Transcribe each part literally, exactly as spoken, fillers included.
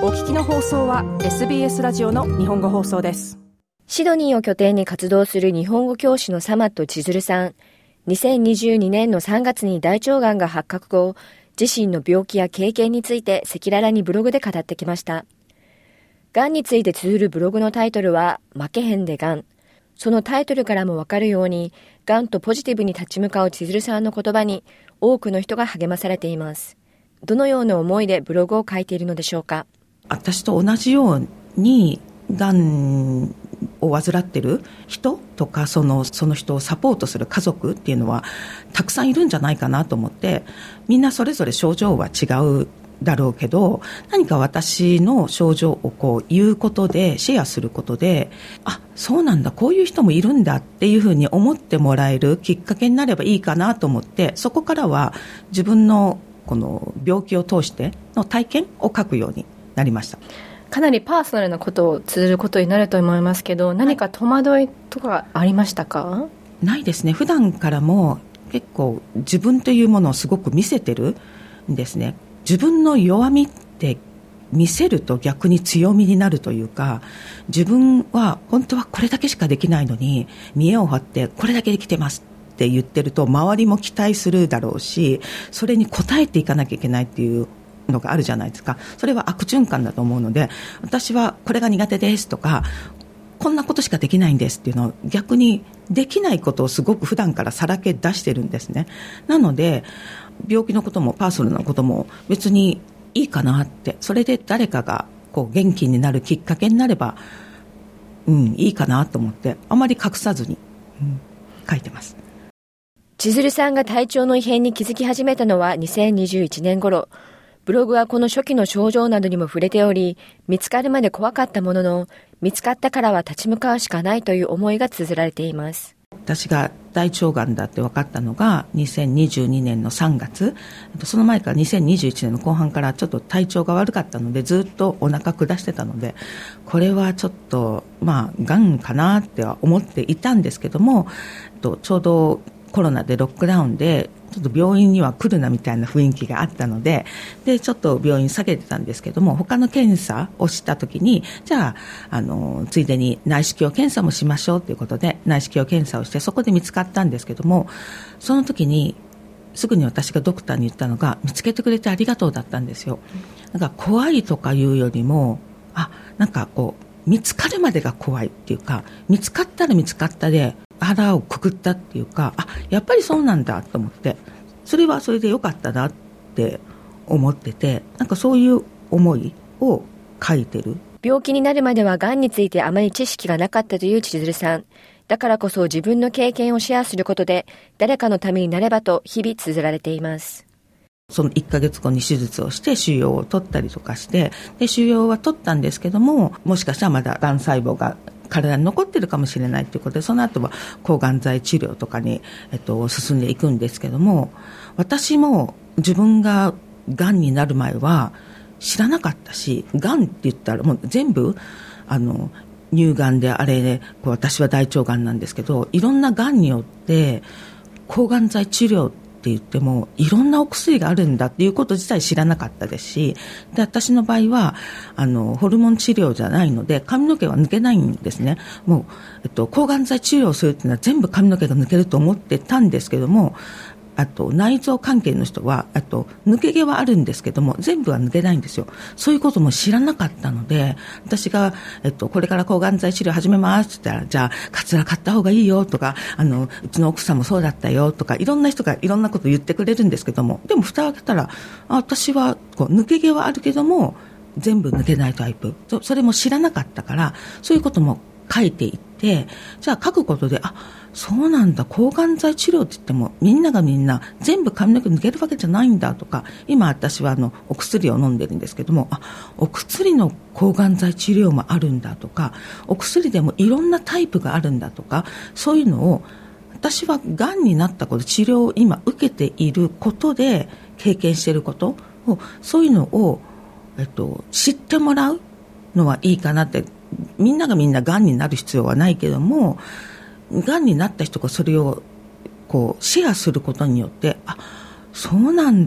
お聞きの放送は エスビーエス ラジオの日本語放送です。 シドニーを拠点に活動する日本語教師のサマット千鶴さん。にせんにじゅうにねんのさんがつに大腸がんが発覚後、自身の病気や経験について赤裸々にブログで語ってきました。がんについて綴るブログのタイトルは負けへんでがん。そのタイトルからもわかるように、がんとポジティブに立ち向かう千鶴さんの言葉に多くの人が励まされています。どのような思いでブログを書いているのでしょうか。 私と同じようにがんを患ってる人とかその、その人をサポートする家族っていうのはたくさんいるんじゃないかなと思って、みんなそれぞれ症状は違うだろうけど、何か私の症状をこう言うことでシェアすることで、あ、そうなんだ、こういう人もいるんだっていうふうに思ってもらえるきっかけになればいいかなと思って、そこからは自分のこの病気を通しての体験を書くようになりました。 かなりパーソナルなことを綴ることになると思いますけど、何か戸惑いとかありましたか？ ないですね。普段からも結構自分というものをすごく見せてるんですね。自分の弱みって見せると逆に強みになるというか、自分は本当はこれだけしかできないのに見栄を張ってこれだけできてますって言ってると周りも期待するだろうし、それに応えていかなきゃいけないっていうのがあるじゃないですか。それは悪循環だと思うので、私はこれが苦手ですとかこんなことしかできないんですっていうのを逆にできないことをすごく普段からさらけ出してるんですね。なので病気のこともパーソナルなことも別にいいかなって、それで誰かがこう元気になるきっかけになれば、うん、いいかなと思ってあまり隠さずに、うん、書いてます。 千鶴さんが体調の異変に気づき始めたのはにせんにじゅういちねん頃。ブログはこの初期の症状などにも触れており、見つかるまで怖かったものの、見つかったからは立ち向かうしかないという思いが綴られています。 私が大腸がんだって分かったのがにせんにじゅうにねんのさんがつ、その前からにせんにじゅういちねんの後半からちょっと体調が悪かったので、ずっとお腹下してたので、これはちょっとまあがんかなっては思っていたんですけども、ちょうどコロナでロックダウンでちょっと病院には来るなみたいな雰囲気があったので、でちょっと病院下げてたんですけども、他の検査をしたときに、じゃあ、あのついでに内視鏡検査もしましょうということで内視鏡検査をして、そこで見つかったんですけども、その時にすぐに私がドクターに言ったのが、見つけてくれてありがとうだったんですよ。なんか怖いとかいうよりも、あ、なんかこう見つかるまでが怖いっていうか、見つかったら見つかったで腹をくくったっていうか、あ、やっぱりそうなんだと思って、それはそれでよかったなって思ってて、なんかそういう思いを書いてる。 病気になるまではがんについてあまり知識がなかったという千鶴さん。だからこそ自分の経験をシェアすることで誰かのためになればと日々綴られています。 そのいっかげつごに手術をして腫瘍を取ったりとかして、で腫瘍は取ったんですけども、もしかしたらまだがん細胞が体に残ってるかもしれないということで、その後は抗がん剤治療とかに、えっと、進んでいくんですけども、私も自分ががんになる前は知らなかったし、がんって言ったらもう全部あの乳がんであれで、こう私は大腸がんなんですけど、いろんながんによって抗がん剤治療って言ってもいろんなお薬があるんだっていうこと自体知らなかったですし、で私の場合はあのホルモン治療じゃないので髪の毛は抜けないんですね。もう、えっと、抗がん剤治療をするっていうのは全部髪の毛が抜けると思ってたんですけども、あと内臓関係の人はあと抜け毛はあるんですけども全部は抜けないんですよ。そういうことも知らなかったので、私が、えっと、これから抗がん剤治療始めますって言ったら、じゃあカツラ買った方がいいよとか、あのうちの奥さんもそうだったよとか、いろんな人がいろんなこと言ってくれるんですけども、でも蓋を開けたら、あ、私はこう抜け毛はあるけども全部抜けないタイプ、 そ, それも知らなかったから、そういうことも書いていって、じゃあ書くことで、あ、そうなんだ、抗がん剤治療って言ってもみんながみんな全部髪の毛抜けるわけじゃないんだとか、今私はあのお薬を飲んでるんですけども、あ、お薬の抗がん剤治療もあるんだとか、お薬でもいろんなタイプがあるんだとか、そういうのを私はがんになったこと、治療を今受けていることで経験していることを、そういうのを、えっと、知ってもらうのはいいかなって。みんながみんながんになる必要はないけども、がんになった人がそれをこうシェアすることによって、あ、そうなんだっ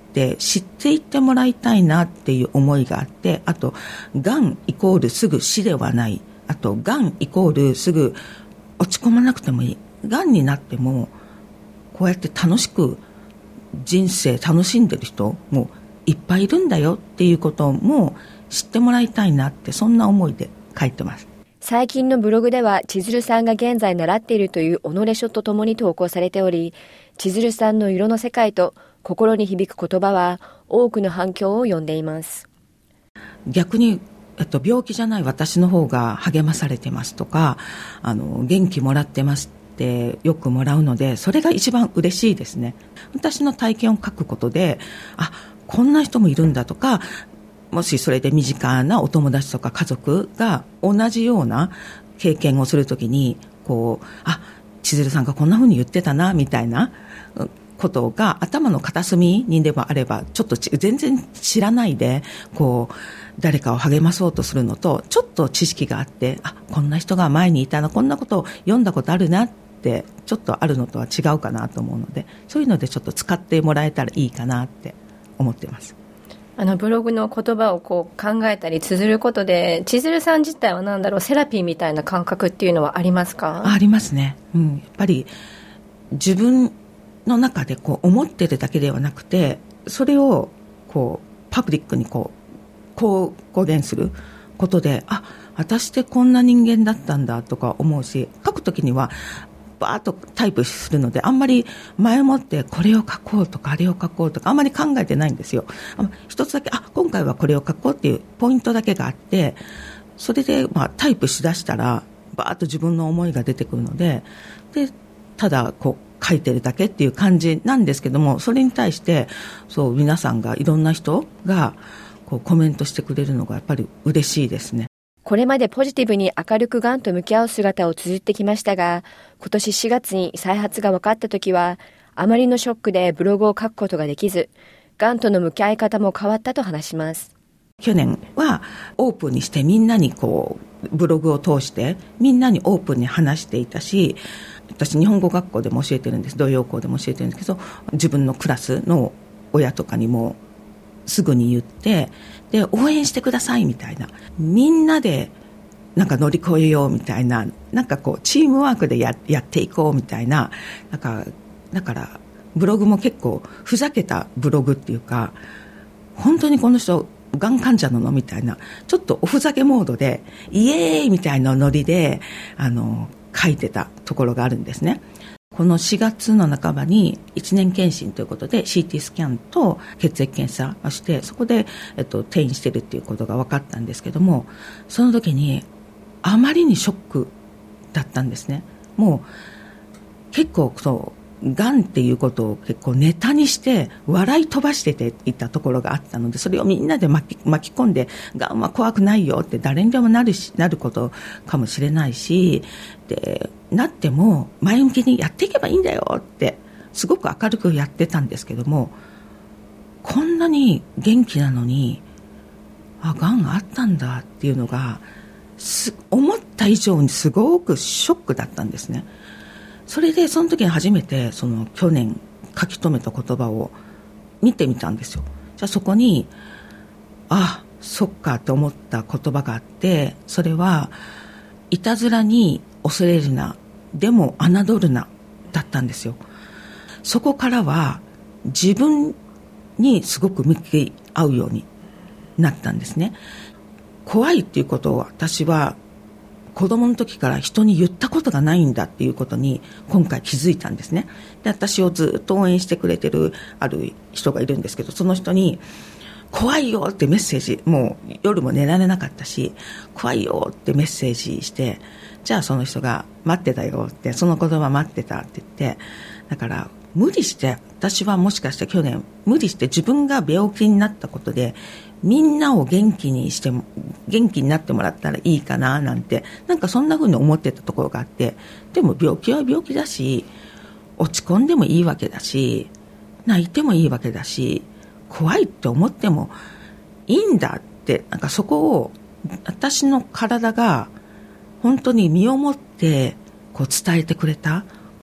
って知っていってもらいたいなっていう思いがあって、あとがんイコールすぐ死ではない、あとがんイコールすぐ落ち込まなくてもいい、がんになってもこうやって楽しく人生楽しんでる人もいっぱいいるんだよっていうことも知ってもらいたいなって、そんな思いで書いてます。 最近のブログでは千鶴さんが現在習っているという己書とともに投稿されており、千鶴さんの色の世界と心に響く言葉は多くの反響を呼んでいます。 逆に、えっと、病気じゃない私の方が励まされてますとか、あの元気もらってますってよくもらうので、それが一番嬉しいですね。私の体験を書くことで、あ、こんな人もいるんだとか、もしそれで身近なお友達とか家族が同じような経験をするときに、こう、あ、千鶴さんがこんな風に言ってたなみたいなことが頭の片隅にでもあれば、ちょっと全然知らないでこう誰かを励まそうとするのと、ちょっと知識があって、あ、こんな人が前にいたな、こんなことを読んだことあるなってちょっとあるのとは違うかなと思うので、そういうのでちょっと使ってもらえたらいいかなって思っています。 あのブログの言葉をこう考えたり綴ることで、千鶴さん自体は何だろう、セラピーみたいな感覚っていうのはありますか？ あ, ありますね、うん、やっぱり自分の中でこう思ってるだけではなくて、それをこうパブリックにこうこう公言することで、あ、私ってこんな人間だったんだとか思うし、書くときにはバーッとタイプするので、あんまり前もってこれを書こうとかあれを書こうとかあんまり考えてないんですよ。一つだけ、あ、今回はこれを書こうっていうポイントだけがあって、それでまあタイプしだしたらバーッと自分の思いが出てくるので、でただこう書いてるだけっていう感じなんですけども、それに対してそう皆さんが、いろんな人がこうコメントしてくれるのがやっぱり嬉しいですね。 これまでポジティブに明るくがんと向き合う姿を綴ってきましたが、今年しがつに再発が分かった時は、あまりのショックでブログを書くことができず、がんとの向き合い方も変わったと話します。 去年はオープンにして、みんなにこうブログを通してみんなにオープンに話していたし、私日本語学校でも教えてるんです、童謡校でも教えてるんですけど、自分のクラスの親とかにもすぐに言って、で応援してくださいみたいな、みんなでなんか乗り越えようみたいな、なんかこうチームワークで や, やっていこうみたいな、なんかだからブログも結構ふざけたブログっていうか、本当にこの人がん患者なのみたいな、ちょっとおふざけモードでイエーイみたいなノリであの書いてたところがあるんですね。このしがつの半ばにいちねん検診ということで シーティー スキャンと血液検査をして、そこで、えっと、転院してるっていうことが分かったんですけども、その時にあまりにショックだったんですね。もう結構そうがんっていうことを結構ネタにして笑い飛ばしてていたところがあったので、それをみんなで巻き、巻き込んで、がんは怖くないよって、誰にでもなるし、なることかもしれないし、でなっても前向きにやっていけばいいんだよってすごく明るくやってたんですけども、こんなに元気なのに、あ、がんがあったんだっていうのがす思った以上にすごくショックだったんですね。それでその時に初めてその去年書き留めた言葉を見てみたんですよ。じゃあそこに、あ、そっかと思った言葉があって、それはいたずらに恐れるな、でも侮るなだったんですよ。そこからは自分にすごく向き合うようになったんですね。怖いっていうことを私は子供の時から人に言ったことがないんだっていうことに今回気づいたんですね。で、私をずっと応援してくれてるある人がいるんですけど、その人に怖いよってメッセージ、もう夜も寝られなかったし、怖いよってメッセージして、じゃあその人が待ってたよって、その言葉待ってたって言って、だから無理して、私はもしかして去年無理して自分が病気になったことでみんなを元気にしても元気になってもらったらいいかななんて、なんかそんな風に思ってたところがあって、でも病気は病気だし、落ち込んでもいいわけだし、泣いてもいいわけだし、怖いって思ってもいいんだって、なんかそこを私の体が本当に身をもってこう伝えてくれた。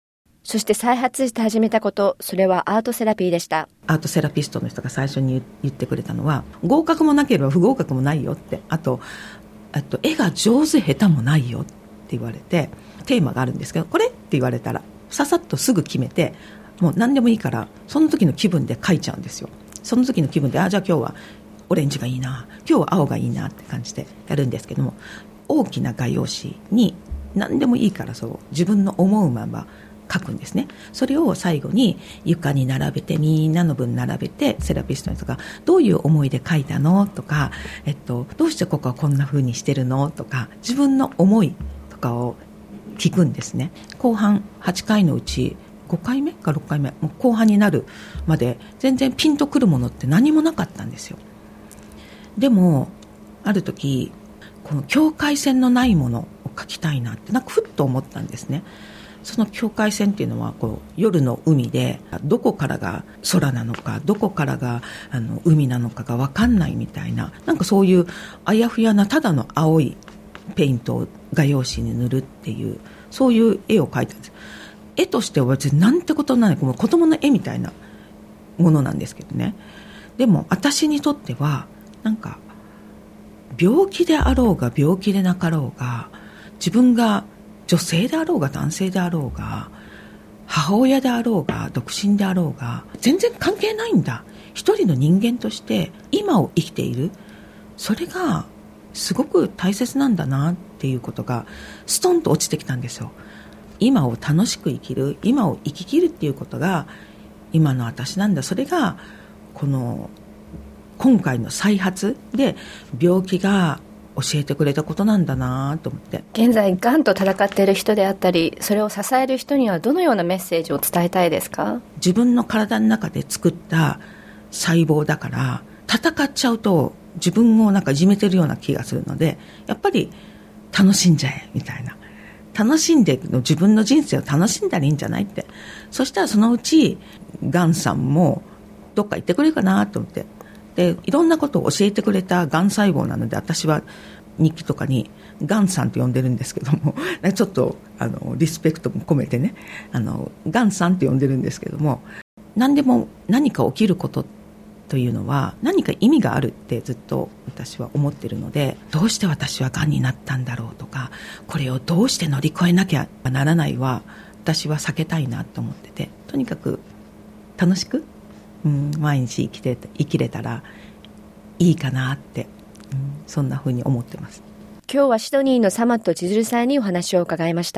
そして再発して始めたこと、それはアートセラピーでした。 アートセラピストの人が最初に言ってくれたのは、合格もなければ不合格もないよって、あと、あと絵が上手下手もないよって言われて、テーマがあるんですけど、これって言われたらささっとすぐ決めて、もう何でもいいからその時の気分で書いちゃうんですよ。その時の気分で、あ、じゃあ今日はオレンジがいいな、今日は青がいいなって感じでやるんですけども、大きな画用紙に何でもいいからそう自分の思うまま書くんですね。それを最後に床に並べて、みんなの分並べて、セラピストの人がどういう思いで書いたのとか、えっと、どうしてここはこんな風にしてるのとか、自分の思いとかを聞くんですね。後半はちかいのうちごかいめかろっかいめ、もう後半になるまで全然ピンとくるものって何もなかったんですよ。でもある時、この境界線のないものを書きたいなってなんかふっと思ったんですね。その境界線っていうのはこう夜の海で、どこからが空なのか、どこからがあの海なのかが分かんないみたいな、なんかそういうあやふやなただの青いペイントを画用紙に塗るっていう、そういう絵を描いたんです。絵としては別になんてことない、もう子供の絵みたいなものなんですけどね。でも私にとってはなんか病気であろうが病気でなかろうが、自分が女性であろうが男性であろうが、母親であろうが独身であろうが全然関係ないんだ。一人の人間として今を生きている、それがすごく大切なんだなっていうことがストンと落ちてきたんですよ。今を楽しく生きる、今を生き切るっていうことが今の私なんだ。それがこの今回の再発で病気が教えてくれたことなんだなと思って。 現在がんと戦っている人であったり、それを支える人にはどのようなメッセージを伝えたいですか？ 自分の体の中で作った細胞だから、戦っちゃうと自分をなんかいじめてるような気がするので、やっぱり楽しんじゃえみたいな、楽しんでの自分の人生を楽しんだらいいんじゃないって。そしたらそのうちがんさんもどっか行ってくれるかなと思って、でいろんなことを教えてくれたがん細胞なので、私は日記とかにがんさんと呼んでるんですけども、ちょっとあのリスペクトも込めてね、あのがんさんって呼んでるんですけども、何でも何か起きることというのは何か意味があるってずっと私は思ってるので、どうして私はがんになったんだろうとか、これをどうして乗り越えなきゃならないは私は避けたいなと思ってて、とにかく楽しく、うん、毎日生きて生きれたらいいかなって、うん、そんな風に思ってます。 今日はシドニーのサマット千鶴さんにお話を伺いました。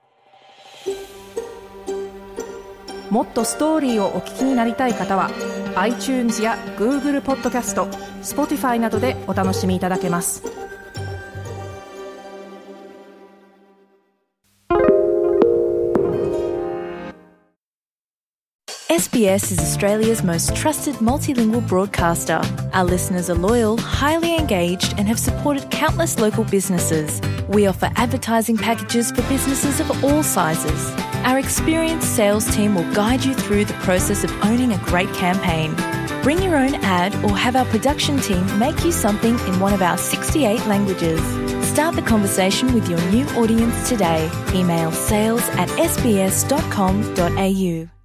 もっとストーリーをお聞きになりたい方は iTunes や Google ポッドキャスト、Spotify などでお楽しみいただけます。 S B S is Australia's most trusted multilingual broadcaster. Our listeners are loyal, highly engaged, and have supported countless local businesses. We offer advertising packages for businesses of all sizes. Our experienced sales team will guide you through the process of owning a great campaign. Bring your own ad or have our production team make you something in one of our sixty-eight languages. Start the conversation with your new audience today. Email sales at s b s dot com dot a u.